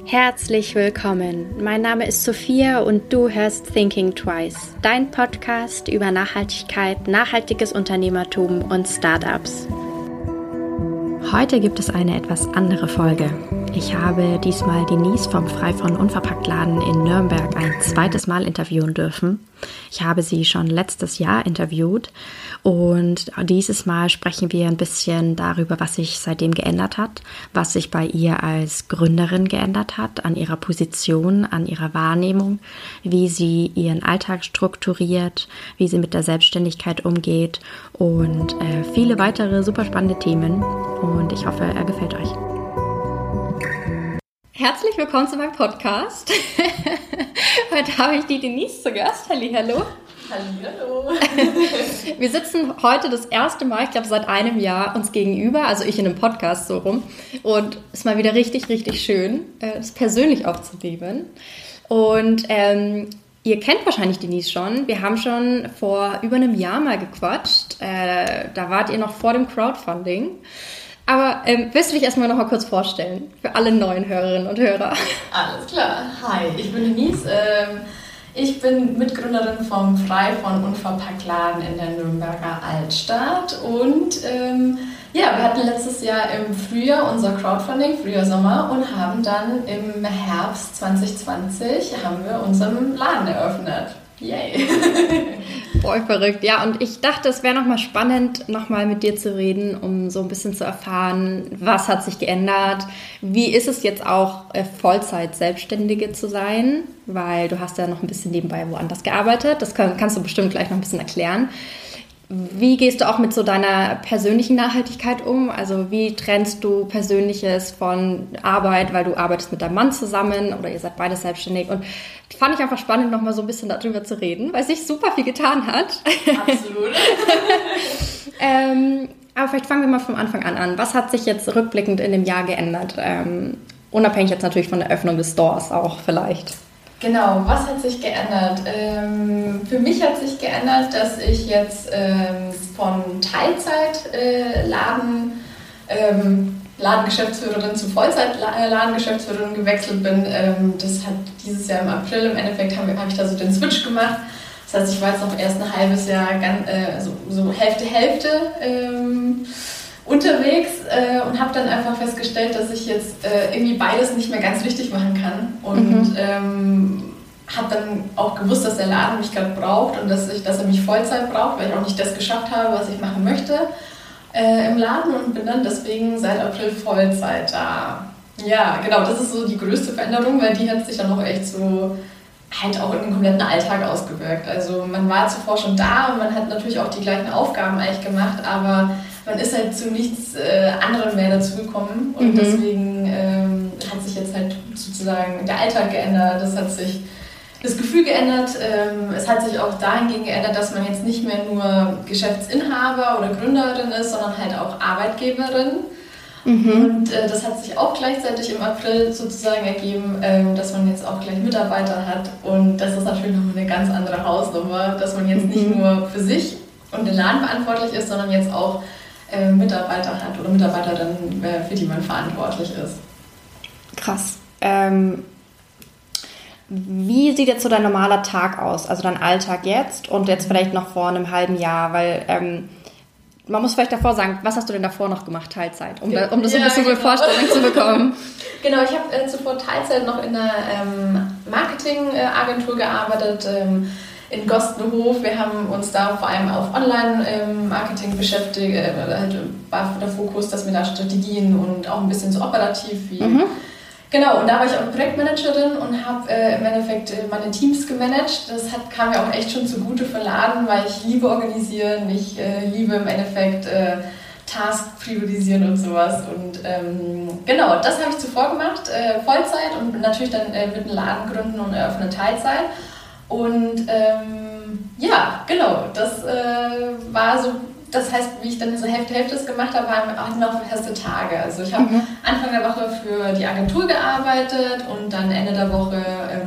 Herzlich willkommen. Mein Name ist Sophia und du hörst Thinking Twice, dein Podcast über Nachhaltigkeit, nachhaltiges Unternehmertum und Startups. Heute gibt es eine etwas andere Folge. Ich habe diesmal Denise vom Frei von Unverpackt Laden in Nürnberg ein zweites Mal interviewen dürfen. Ich habe sie schon letztes Jahr interviewt und dieses Mal sprechen wir ein bisschen darüber, was sich seitdem geändert hat, was sich bei ihr als Gründerin geändert hat, an ihrer Position, an ihrer Wahrnehmung, wie sie ihren Alltag strukturiert, wie sie mit der Selbstständigkeit umgeht und viele weitere super spannende Themen. Und ich hoffe, er gefällt euch. Herzlich willkommen zu meinem Podcast. Heute habe ich die Denise zu Gast. Hallihallo. Hallihallo. Wir sitzen heute das erste Mal, ich glaube seit einem Jahr, uns gegenüber, also ich in einem Podcast so rum. Und es ist mal wieder richtig, richtig schön, das persönlich aufzunehmen. Und ihr kennt wahrscheinlich Denise schon. Wir haben schon vor über einem Jahr mal gequatscht. Da wart ihr noch vor dem Crowdfunding. Aber willst du dich erstmal noch mal kurz vorstellen für alle neuen Hörerinnen und Hörer? Alles klar. Hi, ich bin Denise. Ich bin Mitgründerin vom Frei von Unverpackt Laden in der Nürnberger Altstadt. Und wir hatten letztes Jahr im Frühjahr unser Crowdfunding, Frühjahr, Sommer, und haben dann im Herbst 2020 haben wir unseren Laden eröffnet. Yay! Voll verrückt. Ja, und ich dachte, es wäre nochmal spannend, nochmal mit dir zu reden, um so ein bisschen zu erfahren, was hat sich geändert, wie ist es jetzt auch, Vollzeit-Selbstständige zu sein, weil du hast ja noch ein bisschen nebenbei woanders gearbeitet, das kannst du bestimmt gleich noch ein bisschen erklären. Wie gehst du auch mit so deiner persönlichen Nachhaltigkeit um? Also wie trennst du Persönliches von Arbeit, weil du arbeitest mit deinem Mann zusammen oder ihr seid beide selbstständig? Und fand ich einfach spannend, nochmal so ein bisschen darüber zu reden, weil sich super viel getan hat. Absolut. Aber vielleicht fangen wir mal vom Anfang an. Was hat sich jetzt rückblickend in dem Jahr geändert? Unabhängig jetzt natürlich von der Öffnung des Stores auch vielleicht. Genau, was hat sich geändert? Für mich hat sich geändert, dass ich jetzt von Ladengeschäftsführerin zu Vollzeit-Ladengeschäftsführerin gewechselt bin. Das hat dieses Jahr im April im Endeffekt habe ich da so den Switch gemacht. Das heißt, ich war jetzt noch erst ein halbes Jahr so Hälfte unterwegs und habe dann einfach festgestellt, dass ich jetzt irgendwie beides nicht mehr ganz richtig machen kann und habe dann auch gewusst, dass der Laden mich gerade braucht und dass er mich Vollzeit braucht, weil ich auch nicht das geschafft habe, was ich machen möchte im Laden und bin dann deswegen seit April Vollzeit da. Ja, genau, das ist so die größte Veränderung, weil die hat sich dann auch echt so halt auch in den kompletten Alltag ausgewirkt. Also man war zuvor schon da und man hat natürlich auch die gleichen Aufgaben eigentlich gemacht, aber man ist halt zu nichts anderem mehr dazugekommen und deswegen hat sich jetzt halt sozusagen der Alltag geändert, das hat sich das Gefühl geändert, es hat sich auch dahingehend geändert, dass man jetzt nicht mehr nur Geschäftsinhaber oder Gründerin ist, sondern halt auch Arbeitgeberin. Und das hat sich auch gleichzeitig im April sozusagen ergeben, dass man jetzt auch gleich Mitarbeiter hat und das ist natürlich noch eine ganz andere Hausnummer, dass man jetzt nicht nur für sich und den Laden verantwortlich ist, sondern jetzt auch Mitarbeiter hat oder Mitarbeiterinnen, für die man verantwortlich ist. Krass. Wie sieht jetzt so dein normaler Tag aus, also dein Alltag jetzt und jetzt vielleicht noch vor einem halben Jahr, weil man muss vielleicht davor sagen, was hast du denn davor noch gemacht, Teilzeit, um das ein bisschen so eine Vorstellung zu bekommen? Genau, ich habe zuvor Teilzeit noch in einer Marketingagentur gearbeitet, in Gostenhof. Wir haben uns da vor allem auf Online-Marketing beschäftigt, halt war der Fokus, dass wir da Strategien und auch ein bisschen so operativ wie... Genau, und da war ich auch Projektmanagerin und habe im Endeffekt meine Teams gemanagt. Das kam mir auch echt schon zugute für Laden, weil ich liebe organisieren, ich liebe im Endeffekt Tasks priorisieren und sowas. Und genau, das habe ich zuvor gemacht, Vollzeit und natürlich dann mit einem Laden gründen und eröffnen Teilzeit. Und genau, das war so. Das heißt, wie ich dann so Hälfte das gemacht habe, hatten wir auch feste Tage. Also ich habe Anfang der Woche für die Agentur gearbeitet und dann Ende der Woche,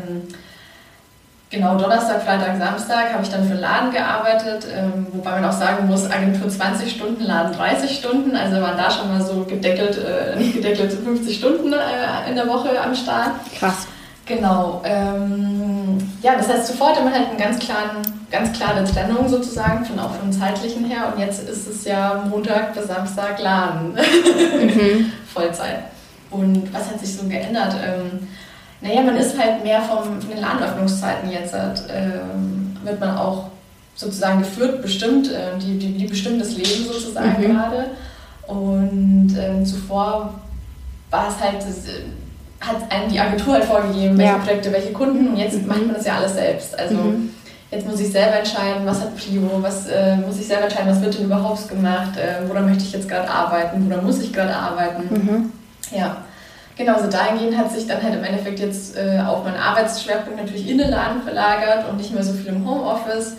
Donnerstag, Freitag, Samstag habe ich dann für den Laden gearbeitet. Wobei man auch sagen muss, Agentur 20 Stunden, Laden 30 Stunden. Also waren da schon mal so gedeckelt, nicht gedeckelt 50 Stunden in der Woche am Start. Krass. Genau. Ja, das heißt, zuvor hatte man halt eine ganz klare Trennung sozusagen, auch vom zeitlichen her. Und jetzt ist es ja Montag bis Samstag Laden. Vollzeit. Und was hat sich so geändert? Naja, man ist halt mehr von den Ladenöffnungszeiten jetzt. Wird man auch sozusagen geführt, bestimmt. Die bestimmen das Leben sozusagen gerade. Und zuvor war es halt... hat einem die Agentur halt vorgegeben, welche Projekte, welche Kunden, und jetzt macht man das ja alles selbst. Also jetzt muss ich selber entscheiden, was hat Prio, was muss ich selber entscheiden, was wird denn überhaupt gemacht, woran möchte ich jetzt gerade arbeiten, woran muss ich gerade arbeiten. Ja, genau, so dahingehend hat sich dann halt im Endeffekt jetzt auch mein Arbeitsschwerpunkt natürlich in den Laden verlagert und nicht mehr so viel im Homeoffice.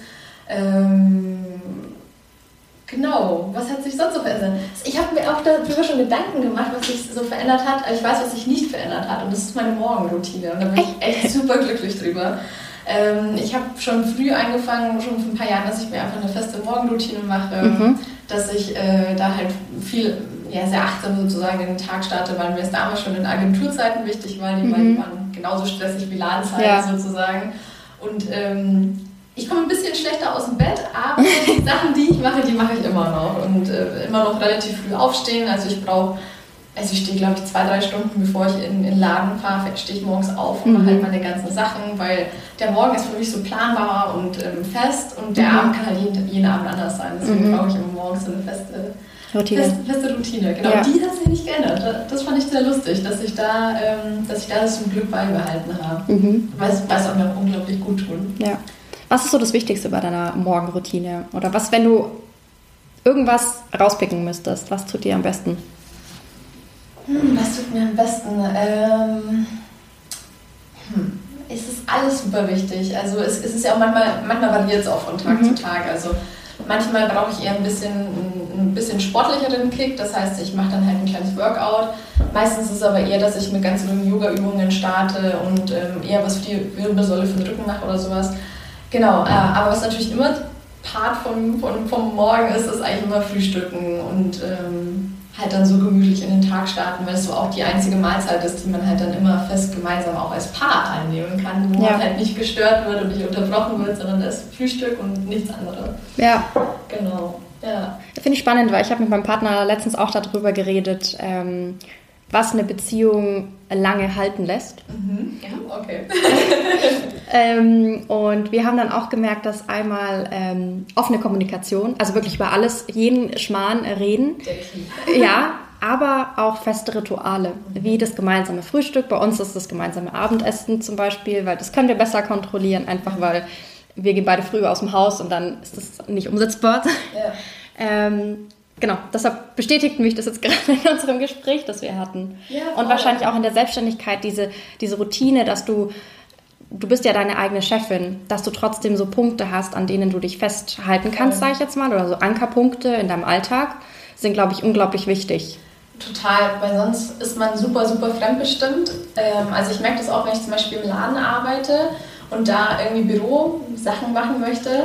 Genau, was hat sich sonst so verändert? Ich habe mir auch darüber schon Gedanken gemacht, was sich so verändert hat, aber ich weiß, was sich nicht verändert hat, und das ist meine Morgenroutine, und da bin ich echt super glücklich drüber. Ich habe schon früh angefangen, schon vor ein paar Jahren, dass ich mir einfach eine feste Morgenroutine mache, dass ich da halt viel, sehr achtsam sozusagen den Tag starte, weil mir es damals schon in Agenturzeiten wichtig war, die waren genauso stressig wie Ladenzeiten sozusagen. Und ich komme ein bisschen schlechter aus dem Bett, aber die Sachen, die ich mache ich immer noch. Und immer noch relativ früh aufstehen. Also ich stehe, glaube ich, 2-3 Stunden, bevor ich in den Laden fahre, stehe ich morgens auf und mache halt meine ganzen Sachen, weil der Morgen ist für mich so planbar und fest, und der Abend kann halt jeden Abend anders sein. Deswegen brauche ich immer morgens so eine feste Routine. Genau, die hat sich nicht geändert. Das fand ich sehr lustig, dass ich da das zum Glück beibehalten habe. Weil es auch mir unglaublich gut tun. Ja. Was ist so das Wichtigste bei deiner Morgenroutine? Oder was, wenn du irgendwas rauspicken müsstest, was tut dir am besten? Was tut mir am besten? Es ist alles super wichtig. Also es ist ja auch manchmal variiert es auch von Tag zu Tag. Also manchmal brauche ich eher ein bisschen sportlicheren Kick. Das heißt, ich mache dann halt ein kleines Workout. Meistens ist es aber eher, dass ich mit ganz ruhigen Yoga-Übungen starte und eher was für die Wirbelsäule, für den Rücken mache oder sowas. Genau, aber was natürlich immer Part vom Morgen ist eigentlich immer Frühstücken und halt dann so gemütlich in den Tag starten, weil es so auch die einzige Mahlzeit ist, die man halt dann immer fest gemeinsam auch als Paar einnehmen kann, wo man halt nicht gestört wird und nicht unterbrochen wird, sondern das Frühstück und nichts anderes. Ja. Genau, ja. Das finde ich spannend, weil ich habe mit meinem Partner letztens auch darüber geredet, was eine Beziehung lange halten lässt. Okay. Und wir haben dann auch gemerkt, dass einmal offene Kommunikation, also wirklich über alles, jeden Schmarrn reden. Ja, aber auch feste Rituale, wie das gemeinsame Frühstück. Bei uns ist das gemeinsame Abendessen zum Beispiel, weil das können wir besser kontrollieren, einfach weil wir gehen beide früh aus dem Haus und dann ist das nicht umsetzbar. Ja. Genau, deshalb bestätigt mich das jetzt gerade in unserem Gespräch, das wir hatten. Ja, und wahrscheinlich auch in der Selbstständigkeit, diese Routine, dass du bist ja deine eigene Chefin, dass du trotzdem so Punkte hast, an denen du dich festhalten kannst, sage ich jetzt mal, oder so Ankerpunkte in deinem Alltag, sind, glaube ich, unglaublich wichtig. Total, weil sonst ist man super, super fremdbestimmt. Also ich merke das auch, wenn ich zum Beispiel im Laden arbeite und da irgendwie Büro-Sachen machen möchte,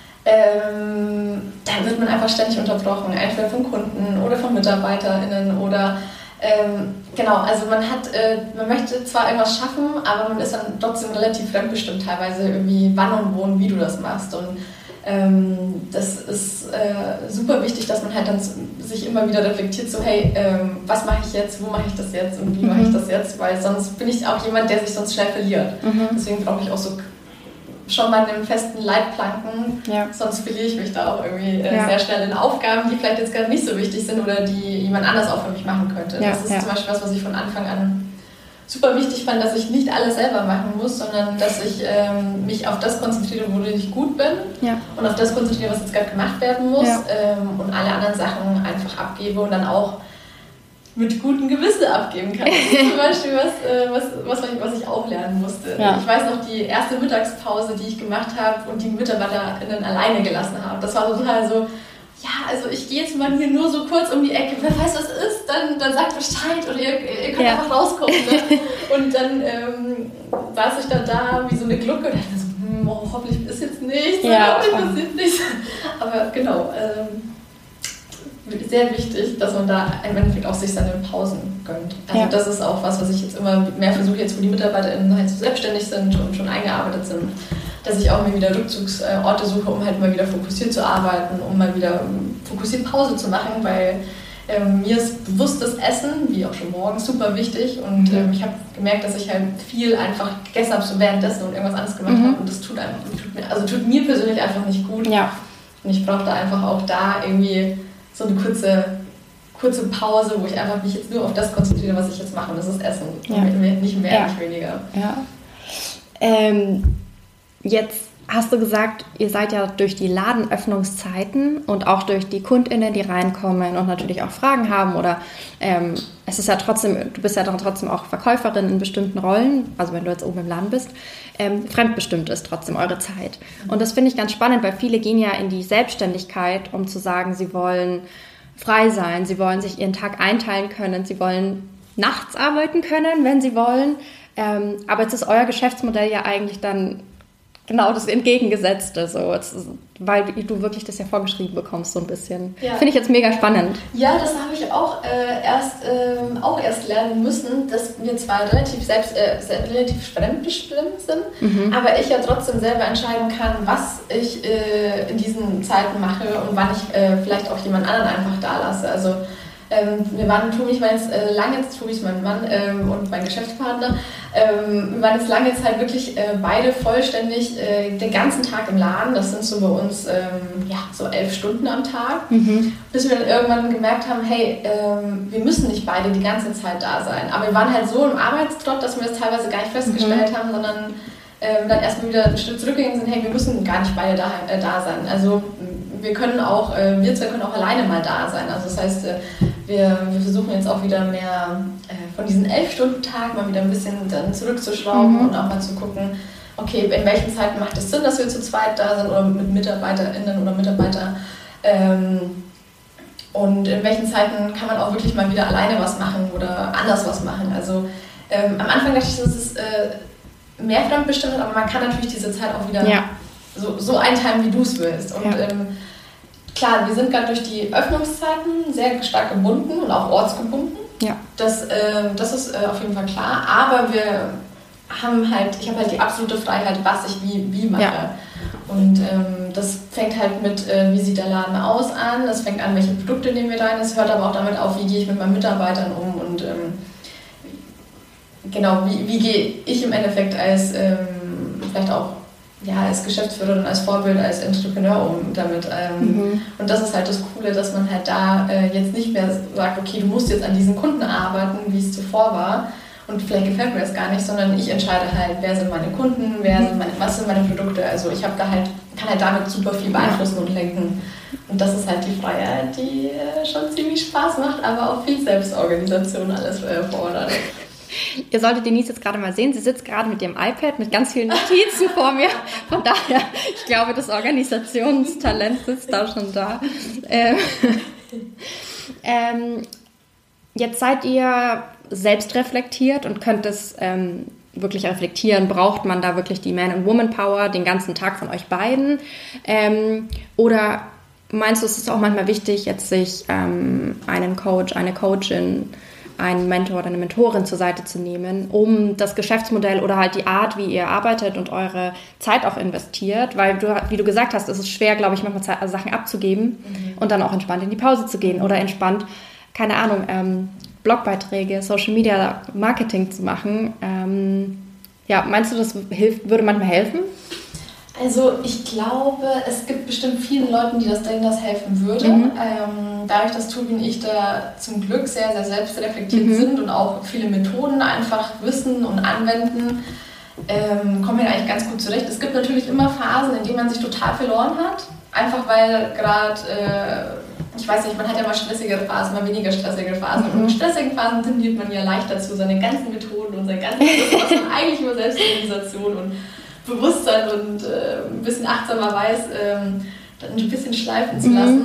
dann wird man einfach ständig unterbrochen, entweder von Kunden oder von MitarbeiterInnen oder genau, also man möchte zwar irgendwas schaffen, aber man ist dann trotzdem relativ fremdbestimmt teilweise irgendwie wann und wo und wie du das machst, und das ist super wichtig, dass man halt dann sich immer wieder reflektiert, so hey, was mache ich jetzt, wo mache ich das jetzt und wie mache ich das jetzt, weil sonst bin ich auch jemand, der sich sonst schnell verliert. Deswegen brauche ich auch so schon mal einen festen Leitplanken, sonst verliere ich mich da auch irgendwie sehr schnell in Aufgaben, die vielleicht jetzt gerade nicht so wichtig sind oder die jemand anders auch für mich machen könnte. Das ist zum Beispiel was ich von Anfang an super wichtig fand, dass ich nicht alles selber machen muss, sondern dass ich mich auf das konzentriere, worin ich gut bin und auf das konzentriere, was jetzt gerade gemacht werden muss und alle anderen Sachen einfach abgebe und dann auch mit gutem Gewissen abgeben kann. Das ist zum Beispiel was ich auch lernen musste. Ja. Ich weiß noch, die erste Mittagspause, die ich gemacht habe und die MitarbeiterInnen alleine gelassen habe. Das war total so, ja, also ich gehe jetzt mal hier nur so kurz um die Ecke, wer weiß, was ist, dann sagt Bescheid oder ihr könnt einfach rauskommen. Ne? Und dann saß ich dann da wie so eine Glucke und dachte so, hoffentlich ist jetzt nichts, hoffentlich passiert nichts. Aber genau, sehr wichtig, dass man da im Endeffekt auch sich seine Pausen gönnt. Also das ist auch was ich jetzt immer mehr versuche, jetzt wo die MitarbeiterInnen halt so selbstständig sind und schon eingearbeitet sind, dass ich auch mir wieder Rückzugsorte suche, um halt mal wieder fokussiert zu arbeiten, um mal wieder fokussiert Pause zu machen, weil mir ist bewusstes Essen, wie auch schon morgens, super wichtig und ich habe gemerkt, dass ich halt viel einfach gegessen habe, so währenddessen und irgendwas anderes gemacht habe und das tut mir persönlich einfach nicht gut. Ja. Und ich brauche da einfach auch da irgendwie so eine kurze Pause, wo ich einfach mich jetzt nur auf das konzentriere, was ich jetzt mache und das ist Essen. Ja. Nicht mehr, nicht weniger. Ja. Jetzt hast du gesagt, ihr seid ja durch die Ladenöffnungszeiten und auch durch die KundInnen, die reinkommen und natürlich auch Fragen haben oder es ist ja trotzdem, du bist ja dann trotzdem auch Verkäuferin in bestimmten Rollen, also wenn du jetzt oben im Laden bist, fremdbestimmt ist trotzdem eure Zeit. Und das finde ich ganz spannend, weil viele gehen ja in die Selbstständigkeit, um zu sagen, sie wollen frei sein, sie wollen sich ihren Tag einteilen können, sie wollen nachts arbeiten können, wenn sie wollen, aber jetzt ist euer Geschäftsmodell ja eigentlich dann genau das Entgegengesetzte, so, weil du wirklich das ja vorgeschrieben bekommst, so ein bisschen. Ja. Finde ich jetzt mega spannend. Ja, das habe ich auch erst lernen müssen, dass wir zwar relativ fremdbestimmt sind, aber ich ja trotzdem selber entscheiden kann, was ich in diesen Zeiten mache und wann ich vielleicht auch jemand anderen einfach da lasse. Also Tobi ist mein Mann und mein Geschäftspartner, wir waren jetzt lange Zeit wirklich beide vollständig den ganzen Tag im Laden, das sind so bei uns so 11 Stunden am Tag, bis wir dann irgendwann gemerkt haben, hey, wir müssen nicht beide die ganze Zeit da sein, aber wir waren halt so im Arbeitstrott, dass wir das teilweise gar nicht festgestellt haben, sondern dann erstmal wieder ein Stück zurückgegangen sind, hey, wir müssen gar nicht beide da sein, also wir können auch alleine mal da sein, also das heißt, wir versuchen jetzt auch wieder mehr von diesen 11-Stunden-Tag mal wieder ein bisschen dann zurückzuschrauben und auch mal zu gucken, okay, in welchen Zeiten macht es Sinn, dass wir zu zweit da sind oder mit MitarbeiterInnen oder Mitarbeiter und in welchen Zeiten kann man auch wirklich mal wieder alleine was machen oder anders was machen. Also am Anfang dachte ich, das ist mehr fremdbestimmt, aber man kann natürlich diese Zeit auch wieder so einteilen, wie du es willst. Und klar, wir sind gerade durch die Öffnungszeiten sehr stark gebunden und auch ortsgebunden. Ja. Das ist auf jeden Fall klar. Aber ich habe halt die absolute Freiheit, was ich wie mache. Ja. Und das fängt halt mit, wie sieht der Laden aus an, das fängt an, welche Produkte nehmen wir rein, das hört aber auch damit auf, wie gehe ich mit meinen Mitarbeitern um und wie gehe ich im Endeffekt als vielleicht auch als Geschäftsführerin, als Vorbild, als Entrepreneur um damit. Und das ist halt das Coole, dass man halt da jetzt nicht mehr sagt, okay, du musst jetzt an diesen Kunden arbeiten, wie es zuvor war und vielleicht gefällt mir das gar nicht, sondern ich entscheide halt, wer sind meine Kunden, was sind meine Produkte. Also ich kann halt damit super viel beeinflussen und lenken. Und das ist halt die Freiheit, die schon ziemlich Spaß macht, aber auch viel Selbstorganisation alles fordert. Ihr solltet Denise jetzt gerade mal sehen, sie sitzt gerade mit ihrem iPad mit ganz vielen Notizen vor mir. Von daher, ich glaube, das Organisationstalent sitzt da schon da. Jetzt seid ihr selbst reflektiert und könnt es wirklich reflektieren. Braucht man da wirklich die Man- und Woman-Power den ganzen Tag von euch beiden? Oder meinst du, es ist auch manchmal wichtig, jetzt sich einen Coach, eine Coachin, einen Mentor oder eine Mentorin zur Seite zu nehmen, um das Geschäftsmodell oder halt die Art, wie ihr arbeitet und eure Zeit auch investiert, weil wie du gesagt hast, ist es schwer, glaube ich, manchmal Sachen abzugeben und dann auch entspannt in die Pause zu gehen oder entspannt, keine Ahnung, Blogbeiträge, Social Media Marketing zu machen. Meinst du, das würde manchmal helfen? Also ich glaube, es gibt bestimmt vielen Leuten, denen das helfen würde. Dadurch, dass Tobi und ich da zum Glück sehr, sehr selbstreflektiert sind und auch viele Methoden einfach wissen und anwenden, kommen wir eigentlich ganz gut zurecht. Es gibt natürlich immer Phasen, in denen man sich total verloren hat. Einfach weil gerade, ich weiß nicht, man hat ja mal stressigere Phasen, mal weniger stressige Phasen. Und in stressigen Phasen tendiert man ja leicht dazu, seine ganzen Methoden und sein ganzes Wissen, was man eigentlich über Selbstorganisation und Bewusstsein und ein bisschen achtsamer weiß, dann ein bisschen schleifen zu lassen.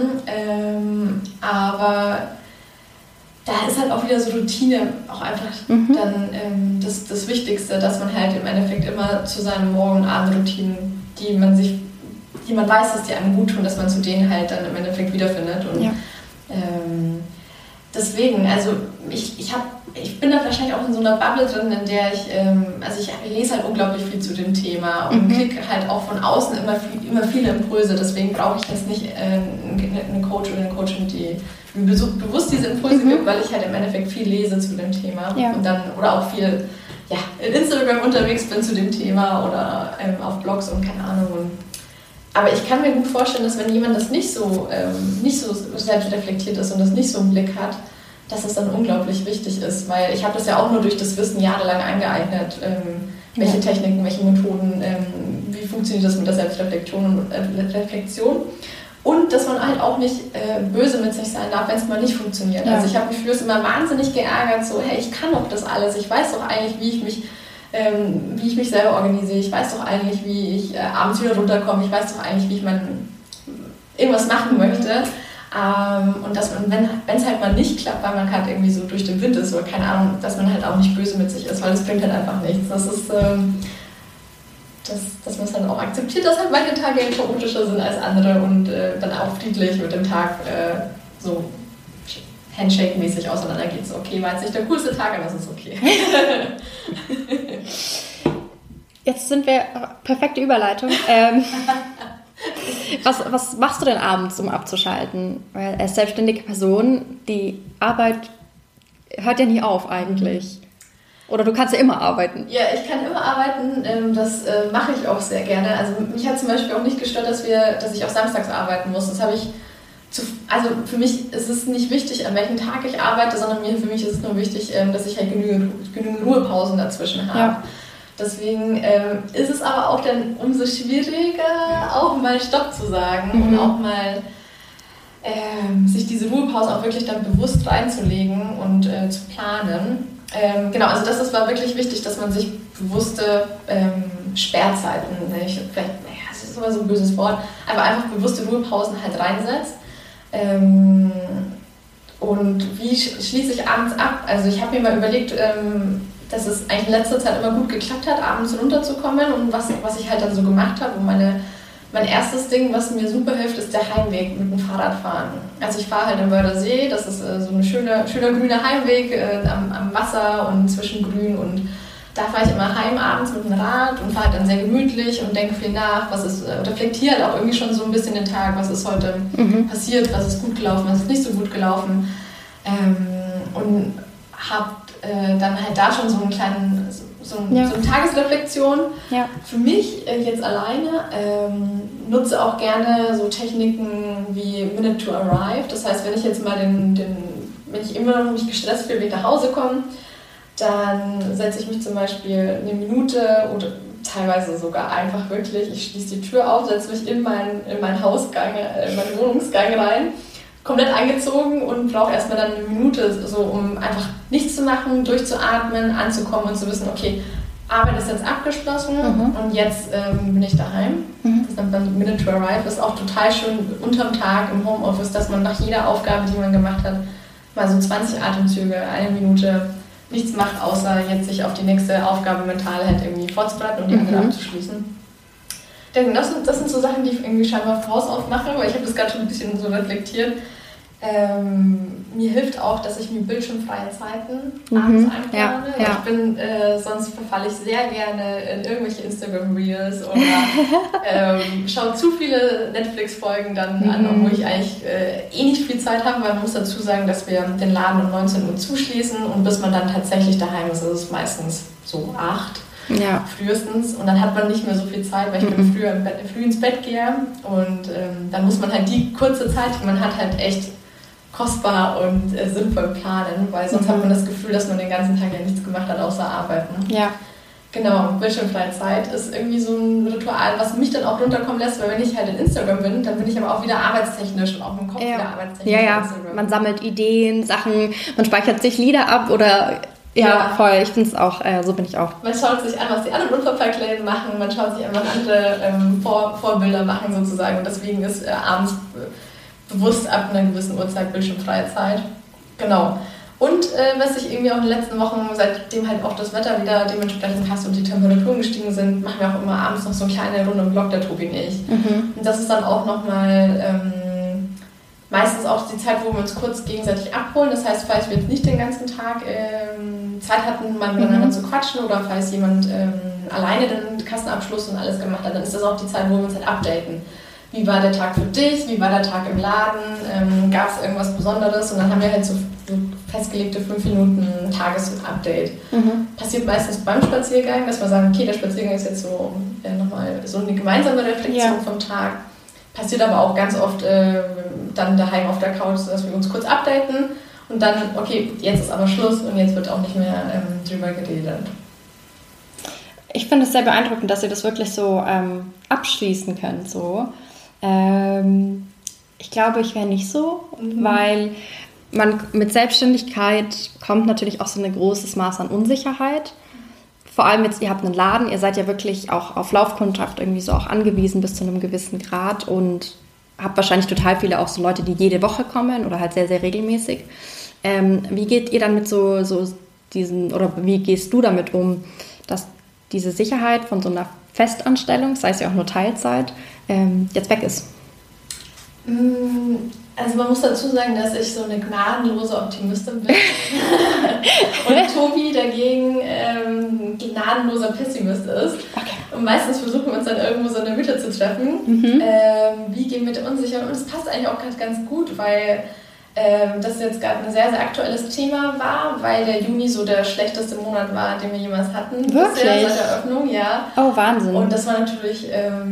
Aber da ist halt auch wieder so Routine auch einfach dann das Wichtigste, dass man halt im Endeffekt immer zu seinen Morgen- und Abendroutinen, die man weiß, dass die einem gut tun, dass man zu denen halt dann im Endeffekt wiederfindet. Und Deswegen, also ich bin da wahrscheinlich auch in so einer Bubble drin, in der ich lese halt unglaublich viel zu dem Thema und kriege halt auch von außen immer viele Impulse. Deswegen brauche ich jetzt nicht eine Coach oder eine Coachin, die mir so bewusst diese Impulse gibt, weil ich halt im Endeffekt viel lese zu dem Thema und dann oder auch viel in Instagram unterwegs bin zu dem Thema oder auf Blogs und keine Ahnung. Aber ich kann mir gut vorstellen, dass wenn jemand das nicht so selbst reflektiert ist und das nicht so im Blick hat, dass es dann unglaublich wichtig ist, weil ich habe das ja auch nur durch das Wissen jahrelang angeeignet, welche Techniken, welche Methoden, wie funktioniert das mit der Selbstreflexion und Reflexion und dass man halt auch nicht böse mit sich sein darf, wenn es mal nicht funktioniert. Also ich habe mich früher immer wahnsinnig geärgert, so hey, ich kann doch das alles, ich weiß doch eigentlich, wie ich mich selber organisiere, ich weiß doch eigentlich, wie ich abends wieder runterkomme, ich weiß doch eigentlich, wie ich irgendwas machen möchte. Und dass man, wenn es halt mal nicht klappt, weil man gerade irgendwie so durch den Wind ist oder keine Ahnung, dass man halt auch nicht böse mit sich ist, weil das bringt halt einfach nichts. Das ist, dass man es dann auch akzeptiert, dass halt manche Tage chaotischer sind als andere und dann auch friedlich mit dem Tag so Handshake-mäßig auseinandergeht. So, okay, war jetzt nicht der coolste Tag, aber es ist okay. Jetzt sind wir, perfekte Überleitung. Was machst du denn abends, um abzuschalten? Weil als selbstständige Person, die Arbeit hört ja nie auf eigentlich. Oder du kannst ja immer arbeiten. Ja, ich kann immer arbeiten. Das mache ich auch sehr gerne. Also mich hat zum Beispiel auch nicht gestört, dass ich auch samstags arbeiten muss. Das habe ich also für mich ist es nicht wichtig, an welchem Tag ich arbeite, sondern für mich ist es nur wichtig, dass ich halt genügend Ruhepausen dazwischen habe. Ja. Deswegen ist es aber auch dann umso schwieriger, auch mal Stopp zu sagen und auch mal sich diese Ruhepause auch wirklich dann bewusst reinzulegen und zu planen. Genau, also das war wirklich wichtig, dass man sich bewusste Sperrzeiten, das ist immer so ein böses Wort, aber einfach bewusste Ruhepausen halt reinsetzt. Und wie schließe ich abends ab? Also ich habe mir mal überlegt, dass es eigentlich in letzter Zeit immer gut geklappt hat, abends runterzukommen und was ich halt dann so gemacht habe. Und mein erstes Ding, was mir super hilft, ist der Heimweg mit dem Fahrradfahren. Also ich fahre halt am Wörthersee, das ist so ein schöner grüner Heimweg am Wasser und zwischen Grün und da fahre ich immer heim abends mit dem Rad und fahre dann sehr gemütlich und denke viel nach, reflektiere halt auch irgendwie schon so ein bisschen den Tag, was ist heute passiert, was ist gut gelaufen, was ist nicht so gut gelaufen und habe dann halt da schon so einen kleinen, so eine Tagesreflexion. Ja. Für mich jetzt alleine nutze auch gerne so Techniken wie Minute to Arrive. Das heißt, wenn ich jetzt mal wenn ich immer noch nicht gestresst bin, wenn ich nach Hause komme, dann setze ich mich zum Beispiel eine Minute oder teilweise sogar einfach wirklich, ich schließe die Tür auf, setze mich in meinen Hausgang, in meinen Wohnungsgang rein, komplett angezogen und brauche erstmal dann eine Minute, so um einfach nichts zu machen, durchzuatmen, anzukommen und zu wissen, okay, Arbeit ist jetzt abgeschlossen und jetzt bin ich daheim. Das nennt man Minute to Arrive. Das ist auch total schön unterm Tag im Homeoffice, dass man nach jeder Aufgabe, die man gemacht hat, mal so 20 Atemzüge, eine Minute nichts macht, außer jetzt sich auf die nächste Aufgabe mental halt irgendwie vorzubereiten und die andere abzuschließen. Denn das sind so Sachen, die ich irgendwie scheinbar von Haus auf mache, weil ich habe das gerade schon ein bisschen so reflektiert. Mir hilft auch, dass ich mir bildschirmfreie Zeiten abends einplane. Ja. Sonst verfalle ich sehr gerne in irgendwelche Instagram-Reels oder schaue zu viele Netflix-Folgen dann an, obwohl ich eigentlich nicht viel Zeit habe, weil man muss dazu sagen, dass wir den Laden um 19 Uhr zuschließen und bis man dann tatsächlich daheim ist, ist es meistens so 8. Ja. Frühestens und dann hat man nicht mehr so viel Zeit, weil ich dann früh ins Bett gehe und dann muss man halt die kurze Zeit, die man hat, halt echt kostbar und sinnvoll planen, weil sonst hat man das Gefühl, dass man den ganzen Tag ja nichts gemacht hat, außer arbeiten. Ja. Genau, bildschirmfreie Zeit ist irgendwie so ein Ritual, was mich dann auch runterkommen lässt, weil wenn ich halt in Instagram bin, dann bin ich aber auch wieder arbeitstechnisch und auch im Kopf wieder arbeitstechnisch. Ja, Instagram. Man sammelt Ideen, Sachen, man speichert sich Lieder ab oder... Ja, voll. Ich finde es auch, so bin ich auch. Man schaut sich an, was die anderen Unverpacktläden machen, man schaut sich an, was andere Vorbilder machen sozusagen und deswegen ist abends bewusst ab einer gewissen Uhrzeit bildschirmfreie Zeit. Genau. Und was ich irgendwie auch in den letzten Wochen, seitdem halt auch das Wetter wieder dementsprechend passt und die Temperaturen gestiegen sind, machen wir auch immer abends noch so eine kleine Runde im Block, der Tobi und ich. Und das ist dann auch nochmal meistens auch die Zeit, wo wir uns kurz gegenseitig abholen. Das heißt, falls wir jetzt nicht den ganzen Tag Zeit hatten, mal miteinander zu quatschen oder falls jemand alleine den Kassenabschluss und alles gemacht hat, dann ist das auch die Zeit, wo wir uns halt updaten. Wie war der Tag für dich? Wie war der Tag im Laden? Gab es irgendwas Besonderes? Und dann haben wir halt so festgelegte 5 Minuten Tagesupdate. Passiert meistens beim Spaziergang, dass wir sagen, okay, der Spaziergang ist jetzt so nochmal so eine gemeinsame Reflexion vom Tag. Passiert aber auch ganz oft dann daheim auf der Couch, dass wir uns kurz updaten und dann, okay, jetzt ist aber Schluss und jetzt wird auch nicht mehr drüber geredet. Ich finde es sehr beeindruckend, dass ihr das wirklich so abschließen könnt. So. Ich glaube, ich wäre nicht so, weil man mit Selbstständigkeit kommt natürlich auch so ein großes Maß an Unsicherheit. Vor allem jetzt, ihr habt einen Laden, ihr seid ja wirklich auch auf Laufkundschaft irgendwie so auch angewiesen bis zu einem gewissen Grad und habt wahrscheinlich total viele auch so Leute, die jede Woche kommen oder halt sehr, sehr regelmäßig. Wie geht ihr dann mit so diesen, oder wie gehst du damit um, dass diese Sicherheit von so einer Festanstellung, sei es ja auch nur Teilzeit, jetzt weg ist? Also man muss dazu sagen, dass ich so eine gnadenlose Optimistin bin und Tobi dagegen gnadenloser Pessimist ist. Okay. Und meistens versuchen wir uns dann irgendwo so in der Mitte zu treffen. Wie gehen wir mit Unsicherheit? Und es passt eigentlich auch ganz gut, weil das jetzt gerade ein sehr, sehr aktuelles Thema war, weil der Juni so der schlechteste Monat war, den wir jemals hatten. Wirklich? Bisher, seit der Eröffnung, ja. Oh, Wahnsinn. Und das war natürlich...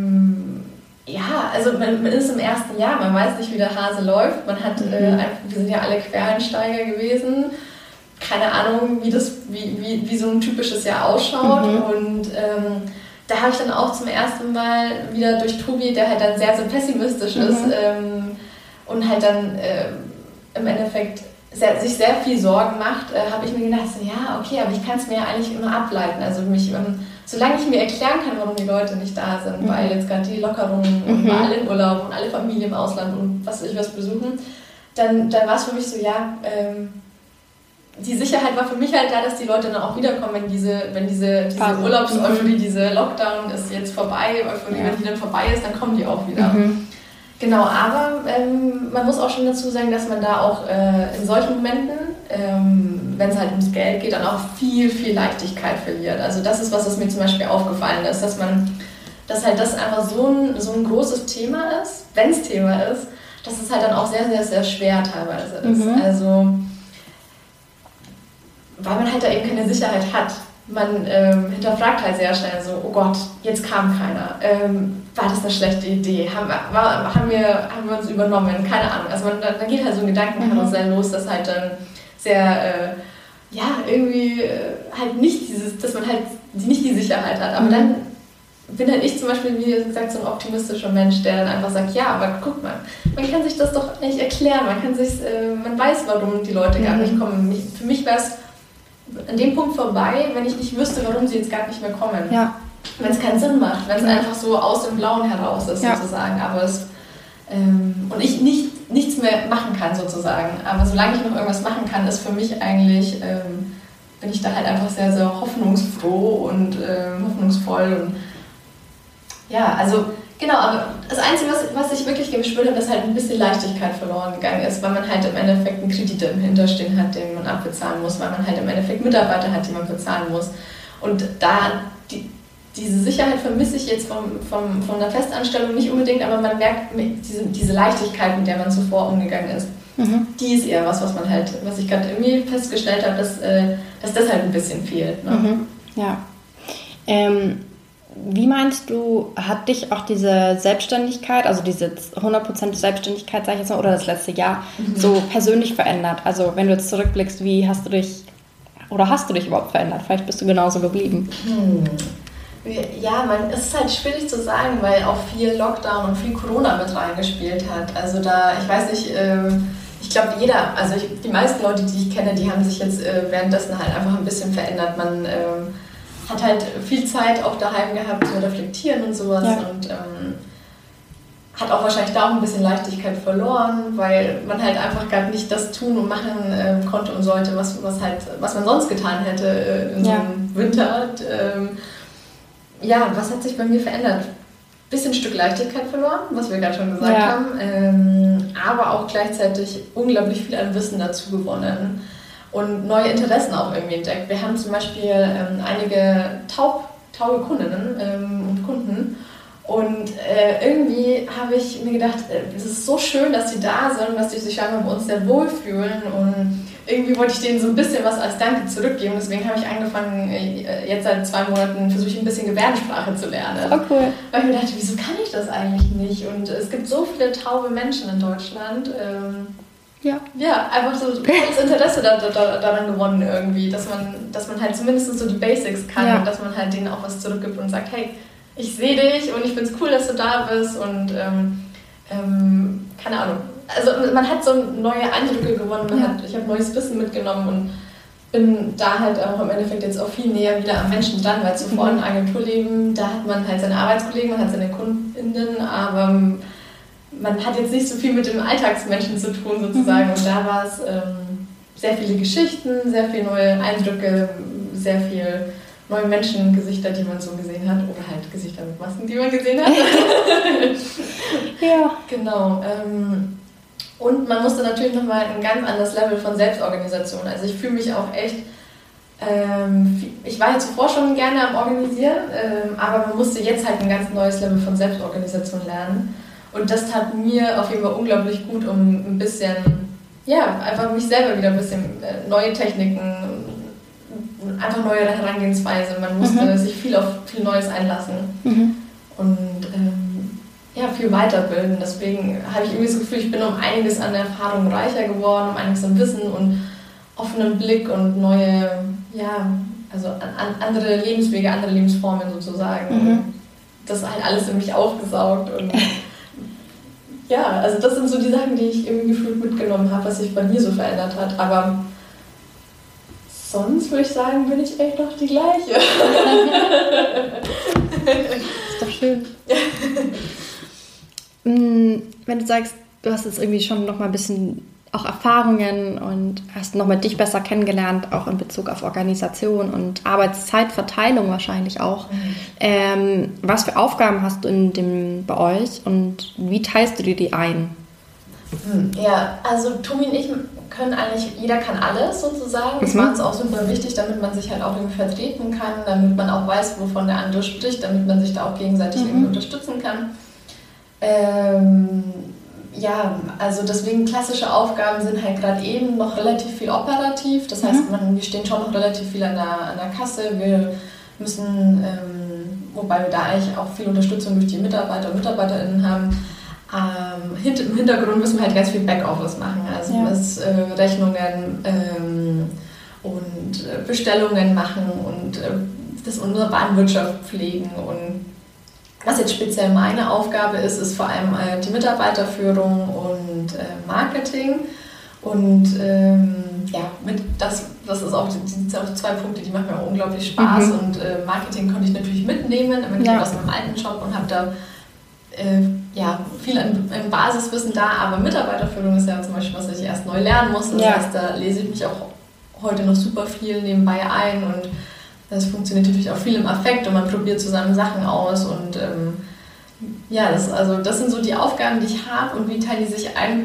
also man ist im ersten Jahr, man weiß nicht, wie der Hase läuft. Man hat, wir sind ja alle Quereinsteiger gewesen. Keine Ahnung, wie so ein typisches Jahr ausschaut. Und da habe ich dann auch zum ersten Mal wieder durch Tobi, der halt dann sehr, sehr pessimistisch ist und halt dann im Endeffekt sich sehr viel Sorgen macht, habe ich mir gedacht, so, ja, okay, aber ich kann es mir ja eigentlich immer ableiten. Also solange ich mir erklären kann, warum die Leute nicht da sind, weil jetzt gerade die Lockerungen und alle in Urlaub und alle Familien im Ausland und was weiß ich was besuchen, dann war es für mich so, ja, die Sicherheit war für mich halt da, dass die Leute dann auch wiederkommen, wenn diese Urlaubs-Euphorie, diese Lockdown ist jetzt vorbei, Euphorie, wenn die dann vorbei ist, dann kommen die auch wieder. Genau, aber man muss auch schon dazu sagen, dass man da auch in solchen Momenten, wenn es halt ums Geld geht, dann auch viel, viel Leichtigkeit verliert. Also das ist, was mir zum Beispiel aufgefallen ist, dass halt das einfach so ein großes Thema ist, wenn es Thema ist, dass es halt dann auch sehr, sehr, sehr schwer teilweise ist. Also, weil man halt da eben keine Sicherheit hat. Man hinterfragt halt sehr schnell so, oh Gott, jetzt kam keiner. War das eine schlechte Idee? Haben wir uns übernommen? Keine Ahnung. Also da geht halt so ein Gedankenkarussell los, das halt dann sehr, irgendwie halt nicht dass man halt nicht die Sicherheit hat. Aber dann bin halt ich zum Beispiel, wie gesagt, so ein optimistischer Mensch, der dann einfach sagt, ja, aber guck mal, man kann sich das doch nicht erklären. Man weiß, warum die Leute gar nicht kommen. Für mich wäre es an dem Punkt vorbei, wenn ich nicht wüsste, warum sie jetzt gar nicht mehr kommen. Ja. Wenn es keinen Sinn macht, wenn es einfach so aus dem Blauen heraus ist, sozusagen. Aber und ich nichts mehr machen kann, sozusagen. Aber solange ich noch irgendwas machen kann, ist für mich eigentlich, bin ich da halt einfach sehr, sehr hoffnungsfroh und hoffnungsvoll. Und ja, also genau, aber das Einzige, was ich wirklich gespürt habe, dass halt ein bisschen Leichtigkeit verloren gegangen ist, weil man halt im Endeffekt einen Kredit im Hinterstehen hat, den man abbezahlen muss, weil man halt im Endeffekt Mitarbeiter hat, die man bezahlen muss. Und da diese Sicherheit vermisse ich jetzt von der Festanstellung nicht unbedingt, aber man merkt diese Leichtigkeit, mit der man zuvor umgegangen ist. Die ist eher was ich gerade irgendwie festgestellt habe, dass das halt ein bisschen fehlt. Ne? Ja. Wie meinst du, hat dich auch diese Selbstständigkeit, also diese 100% Selbstständigkeit, sag ich jetzt mal, oder das letzte Jahr, so persönlich verändert? Also wenn du jetzt zurückblickst, wie hast du dich überhaupt verändert? Vielleicht bist du genauso geblieben. Ja, es ist halt schwierig zu sagen, weil auch viel Lockdown und viel Corona mit reingespielt hat. Also ich weiß nicht, ich glaube die meisten Leute, die ich kenne, die haben sich jetzt währenddessen halt einfach ein bisschen verändert. Man hat halt viel Zeit auch daheim gehabt zu reflektieren und sowas und hat auch wahrscheinlich da auch ein bisschen Leichtigkeit verloren, weil man halt einfach gerade nicht das tun und machen konnte und sollte, was man sonst getan hätte in so einem Winter. Was hat sich bei mir verändert? Bisschen Stück Leichtigkeit verloren, was wir gerade schon gesagt haben. aber auch gleichzeitig unglaublich viel an Wissen dazu gewonnen und neue Interessen auch irgendwie entdeckt. Wir haben zum Beispiel einige taube Kundinnen und Kunden und irgendwie habe ich mir gedacht, es ist so schön, dass sie da sind, dass sie sich scheinbar bei uns sehr wohlfühlen und irgendwie wollte ich denen so ein bisschen was als Danke zurückgeben. Deswegen habe ich angefangen, jetzt seit 2 Monaten versuche ich ein bisschen Gebärdensprache zu lernen. Oh cool. Weil ich mir dachte, wieso kann ich das eigentlich nicht? Und es gibt so viele taube Menschen in Deutschland. Ja, einfach so das Interesse daran gewonnen irgendwie, dass man halt zumindest so die Basics kann und dass man halt denen auch was zurückgibt und sagt, hey, ich sehe dich und ich finde es cool, dass du da bist und keine Ahnung. Also man hat so neue Eindrücke gewonnen, ich habe neues Wissen mitgenommen und bin da halt auch im Endeffekt jetzt auch viel näher wieder am Menschen dran, weil zuvor im Agenturleben, da hat man halt seine Arbeitskollegen, man hat seine Kundinnen, aber man hat jetzt nicht so viel mit dem Alltagsmenschen zu tun sozusagen und da war es sehr viele Geschichten, sehr viele neue Eindrücke, sehr viel neue Menschengesichter, die man so gesehen hat oder halt Gesichter mit Masken, die man gesehen hat. Ja. Genau. Und man musste natürlich nochmal ein ganz anderes Level von Selbstorganisation. Also ich fühle mich auch echt, ich war ja zuvor schon gerne am Organisieren, aber man musste jetzt halt ein ganz neues Level von Selbstorganisation lernen. Und das tat mir auf jeden Fall unglaublich gut, um ein bisschen, einfach mich selber wieder ein bisschen neue Techniken, einfach neue Herangehensweise. Man musste sich viel auf viel Neues einlassen und viel weiterbilden. Deswegen habe ich irgendwie das Gefühl, ich bin um einiges an Erfahrung reicher geworden, um einiges an Wissen und offenen Blick und neue, andere Lebenswege, andere Lebensformen sozusagen. Das halt alles in mich aufgesaugt und also das sind so die Sachen, die ich irgendwie gefühlt mitgenommen habe, was sich bei mir so verändert hat. Aber sonst würde ich sagen, bin ich echt noch die gleiche. Ist doch schön. Wenn du sagst, du hast jetzt irgendwie schon noch mal ein bisschen auch Erfahrungen und hast noch mal dich besser kennengelernt, auch in Bezug auf Organisation und Arbeitszeitverteilung wahrscheinlich auch. Was für Aufgaben hast du bei euch und wie teilst du dir die ein? Ja, also Tomi und ich können eigentlich, jeder kann alles sozusagen. Das war uns auch super wichtig, damit man sich halt auch irgendwie vertreten kann, damit man auch weiß, wovon der andere spricht, damit man sich da auch gegenseitig irgendwie unterstützen kann. Also deswegen klassische Aufgaben sind halt gerade eben noch relativ viel operativ. Das heißt, wir stehen schon noch relativ viel an der Kasse. Wir müssen, wobei wir da eigentlich auch viel Unterstützung durch die Mitarbeiter und MitarbeiterInnen haben. Im Hintergrund müssen wir halt ganz viel Backoffice machen. Also Rechnungen und Bestellungen machen und unsere Warenwirtschaft pflegen und was jetzt speziell meine Aufgabe ist vor allem die Mitarbeiterführung und Marketing. Und das sind auch 2 Punkte, die machen mir unglaublich Spaß. Und Marketing konnte ich natürlich mitnehmen aus meinem alten Job und habe da viel an Basiswissen da. Aber Mitarbeiterführung ist ja zum Beispiel, was ich erst neu lernen muss. Das heißt, da lese ich mich auch heute noch super viel nebenbei ein und das funktioniert natürlich auch viel im Affekt und man probiert zusammen Sachen aus und das sind so die Aufgaben, die ich habe und wie teilen die sich ein.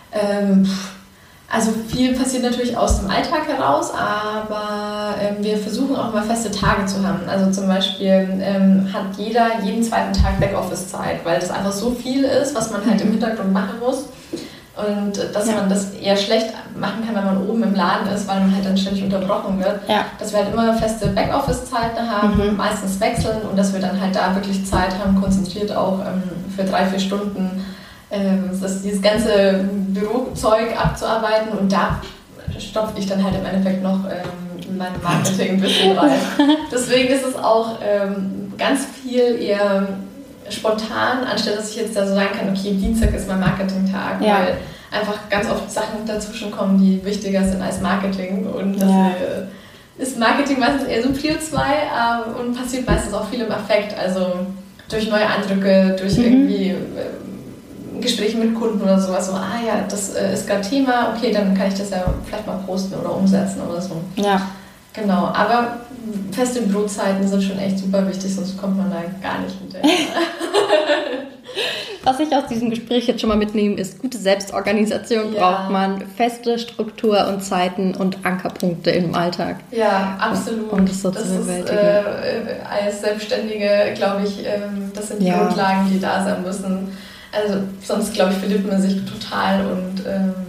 Also viel passiert natürlich aus dem Alltag heraus, aber wir versuchen auch mal feste Tage zu haben. Also zum Beispiel hat jeder jeden 2. Tag Backoffice-Zeit, weil das einfach so viel ist, was man halt im Hintergrund machen muss. Und dass man das eher schlecht machen kann, wenn man oben im Laden ist, weil man halt dann ständig unterbrochen wird. Ja. Dass wir halt immer feste Backoffice-Zeiten haben, meistens wechseln und dass wir dann halt da wirklich Zeit haben, konzentriert auch für 3-4 Stunden dieses ganze Bürozeug abzuarbeiten und da stopfe ich dann halt im Endeffekt noch mein Marketing ein bisschen rein. Deswegen ist es auch ganz viel eher spontan, anstatt dass ich jetzt da so sagen kann, okay, Dienstag ist mein Marketing-Tag, weil einfach ganz oft Sachen dazwischen kommen, die wichtiger sind als Marketing und das ist Marketing meistens eher so Prio 2 und passiert meistens auch viel im Affekt, also durch neue Eindrücke, durch irgendwie Gespräche mit Kunden oder sowas, so, das ist gerade Thema, okay, dann kann ich das ja vielleicht mal posten oder umsetzen oder so. Ja. Genau, aber feste Bürozeiten sind schon echt super wichtig, sonst kommt man da gar nicht hinterher. Was ich aus diesem Gespräch jetzt schon mal mitnehme, ist, gute Selbstorganisation braucht man, feste Struktur und Zeiten und Ankerpunkte im Alltag. Ja, absolut. Um das so zu bewältigen. Als Selbstständige, glaube ich, das sind die Grundlagen, die da sein müssen. Also sonst, glaube ich, verliert man sich total und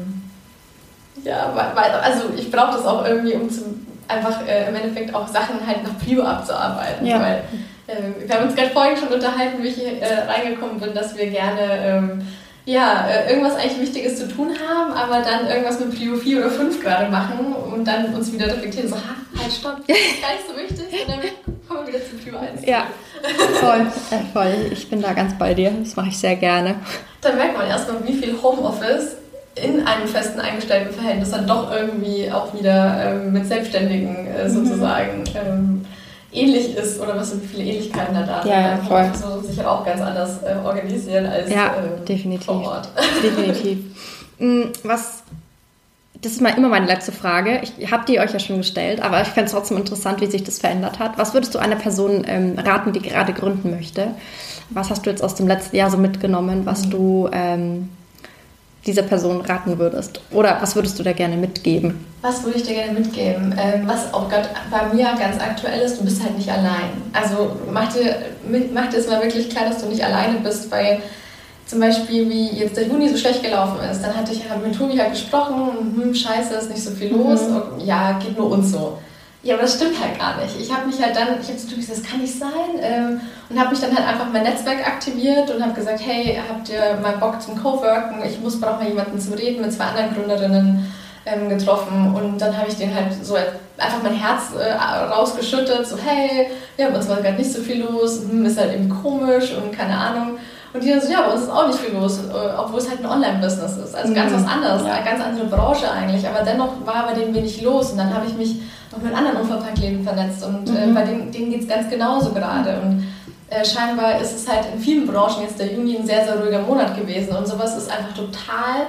also ich brauche das auch irgendwie, um einfach im Endeffekt auch Sachen halt nach Prio abzuarbeiten, weil wir haben uns gerade vorhin schon unterhalten, wie ich hier reingekommen bin, dass wir gerne irgendwas eigentlich Wichtiges zu tun haben, aber dann irgendwas mit Prio 4 oder 5 gerade machen und dann uns wieder reflektieren, so, halt, stopp, das ist gar nicht so wichtig und dann kommen wir wieder zu Prio 1. Ja, voll. Ich bin da ganz bei dir, das mache ich sehr gerne. Dann merkt man erstmal, wie viel Homeoffice in einem festen eingestellten Verhältnis dann doch irgendwie auch wieder mit Selbstständigen sozusagen ähnlich ist oder was für viele Ähnlichkeiten da sind. Ja, voll. So sicher auch ganz anders organisieren als definitiv. Vor Ort. Definitiv. Das ist immer meine letzte Frage. Ich habe die euch ja schon gestellt, aber ich fände es trotzdem interessant, wie sich das verändert hat. Was würdest du einer Person raten, die gerade gründen möchte? Was hast du jetzt aus dem letzten Jahr so mitgenommen, was du dieser Person raten würdest? Oder was würdest du da gerne mitgeben? Was würde ich dir gerne mitgeben? Was auch gerade bei mir ganz aktuell ist, du bist halt nicht allein. Also mach dir es mal wirklich klar, dass du nicht alleine bist, weil zum Beispiel, wie jetzt der Juni so schlecht gelaufen ist, dann habe mit Tobi halt gesprochen, scheiße, ist nicht so viel los, und, ja, geht nur uns so. Ja, aber das stimmt halt gar nicht. Ich habe zu Tobi gesagt, das kann nicht sein, und habe mich dann halt einfach mein Netzwerk aktiviert und habe gesagt, hey, habt ihr mal Bock zum Coworken? Ich brauche mal jemanden zum Reden, mit 2 anderen Gründerinnen getroffen, und dann habe ich denen halt so einfach mein Herz rausgeschüttet, so hey, wir haben uns mal gerade nicht so viel los, ist halt eben komisch und keine Ahnung. Und die dann so, ja, bei uns ist auch nicht viel los, obwohl es halt ein Online-Business ist. Also ganz was anderes, eine ganz andere Branche eigentlich. Aber dennoch war bei denen wenig los. Und dann habe ich mich noch mit anderen Unfallpaketen vernetzt. Und bei denen geht es ganz genauso gerade. Und scheinbar ist es halt in vielen Branchen jetzt der Juni ein sehr, sehr ruhiger Monat gewesen. Und sowas ist einfach total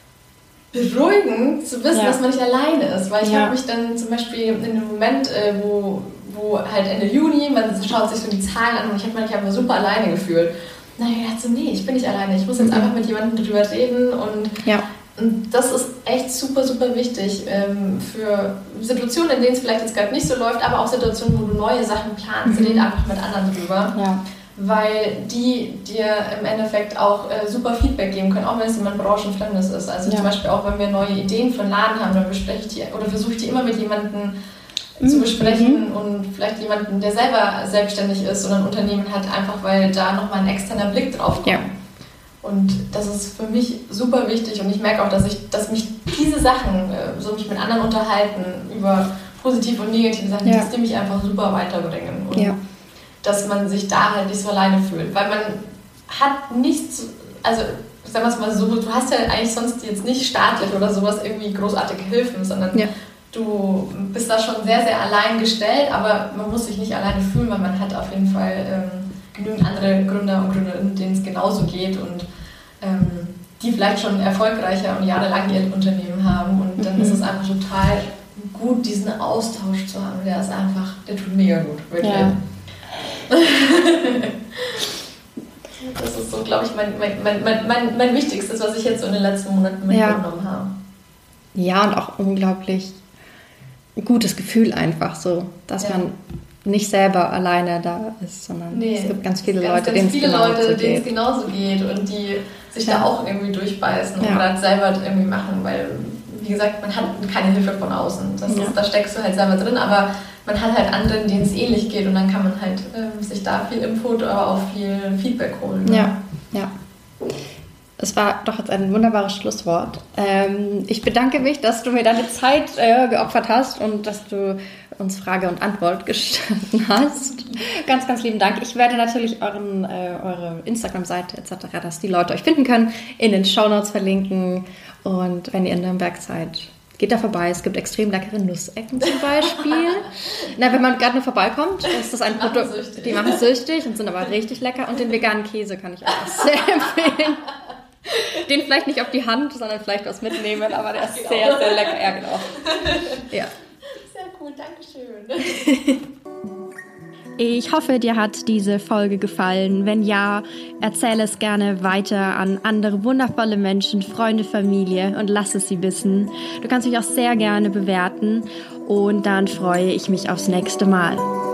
beruhigend zu wissen, dass man nicht alleine ist. Weil ich habe mich dann zum Beispiel in dem Moment, wo halt Ende Juni, man schaut sich so die Zahlen an und ich habe mich einfach super alleine gefühlt. Und dann habe ich gedacht, so, nee, ich bin nicht alleine. Ich muss jetzt einfach mit jemandem drüber reden. Und das ist echt super, super wichtig für Situationen, in denen es vielleicht jetzt gerade nicht so läuft, aber auch Situationen, wo du neue Sachen planst, red einfach mit anderen drüber. Ja. Weil die dir im Endeffekt auch super Feedback geben können, auch wenn es jemand Branchenfremdes ist. Also zum Beispiel auch, wenn wir neue Ideen für einen Laden haben, dann bespreche ich die oder versuche ich die immer mit jemandem zu besprechen und vielleicht jemanden, der selber selbstständig ist oder ein Unternehmen hat, einfach weil da nochmal ein externer Blick drauf kommt. Ja. Und das ist für mich super wichtig und ich merke auch, dass mich diese Sachen, so mich mit anderen unterhalten, über positive und negative Sachen, dass die mich einfach super weiterbringen. Und dass man sich da halt nicht so alleine fühlt. Weil man hat nichts, also sagen wir es mal so, du hast ja eigentlich sonst jetzt nicht staatlich oder sowas irgendwie großartige Hilfen, sondern du bist da schon sehr, sehr allein gestellt, aber man muss sich nicht alleine fühlen, weil man hat auf jeden Fall genügend andere Gründer und Gründerinnen, denen es genauso geht und die vielleicht schon erfolgreicher und jahrelang ihr Unternehmen haben. Und dann ist es einfach total gut, diesen Austausch zu haben. Der tut mega gut, wirklich. Ja. Das ist so, glaube ich, mein Wichtigstes, was ich jetzt so in den letzten Monaten mitgenommen habe. Ja, und auch unglaublich gutes Gefühl einfach so, dass man nicht selber alleine da ist, sondern es gibt ganz viele Leute, denen es genauso geht und die sich da auch irgendwie durchbeißen und gerade selber irgendwie machen, weil, wie gesagt, man hat keine Hilfe von außen. Da steckst du halt selber drin, aber man hat halt andere, denen es ähnlich geht und dann kann man halt sich da viel Input, aber auch viel Feedback holen. Ne? Ja. Es war doch jetzt ein wunderbares Schlusswort. Ich bedanke mich, dass du mir deine Zeit geopfert hast und dass du uns Frage und Antwort gestanden hast. Ganz, ganz lieben Dank. Ich werde natürlich eure Instagram-Seite etc., dass die Leute euch finden können, in den Shownotes verlinken. Und wenn ihr in Nürnberg seid, geht da vorbei. Es gibt extrem leckere Nussecken zum Beispiel. Wenn man gerade nur vorbeikommt, ist das ein Produkt, die machen süchtig und sind aber richtig lecker. Und den veganen Käse kann ich auch sehr empfehlen. Den vielleicht nicht auf die Hand, sondern vielleicht was mitnehmen, aber der ist sehr, sehr lecker. Ja, genau. Ja. Sehr cool, danke schön. Ich hoffe, dir hat diese Folge gefallen. Wenn ja, erzähle es gerne weiter an andere wundervolle Menschen, Freunde, Familie und lass es sie wissen. Du kannst mich auch sehr gerne bewerten und dann freue ich mich aufs nächste Mal.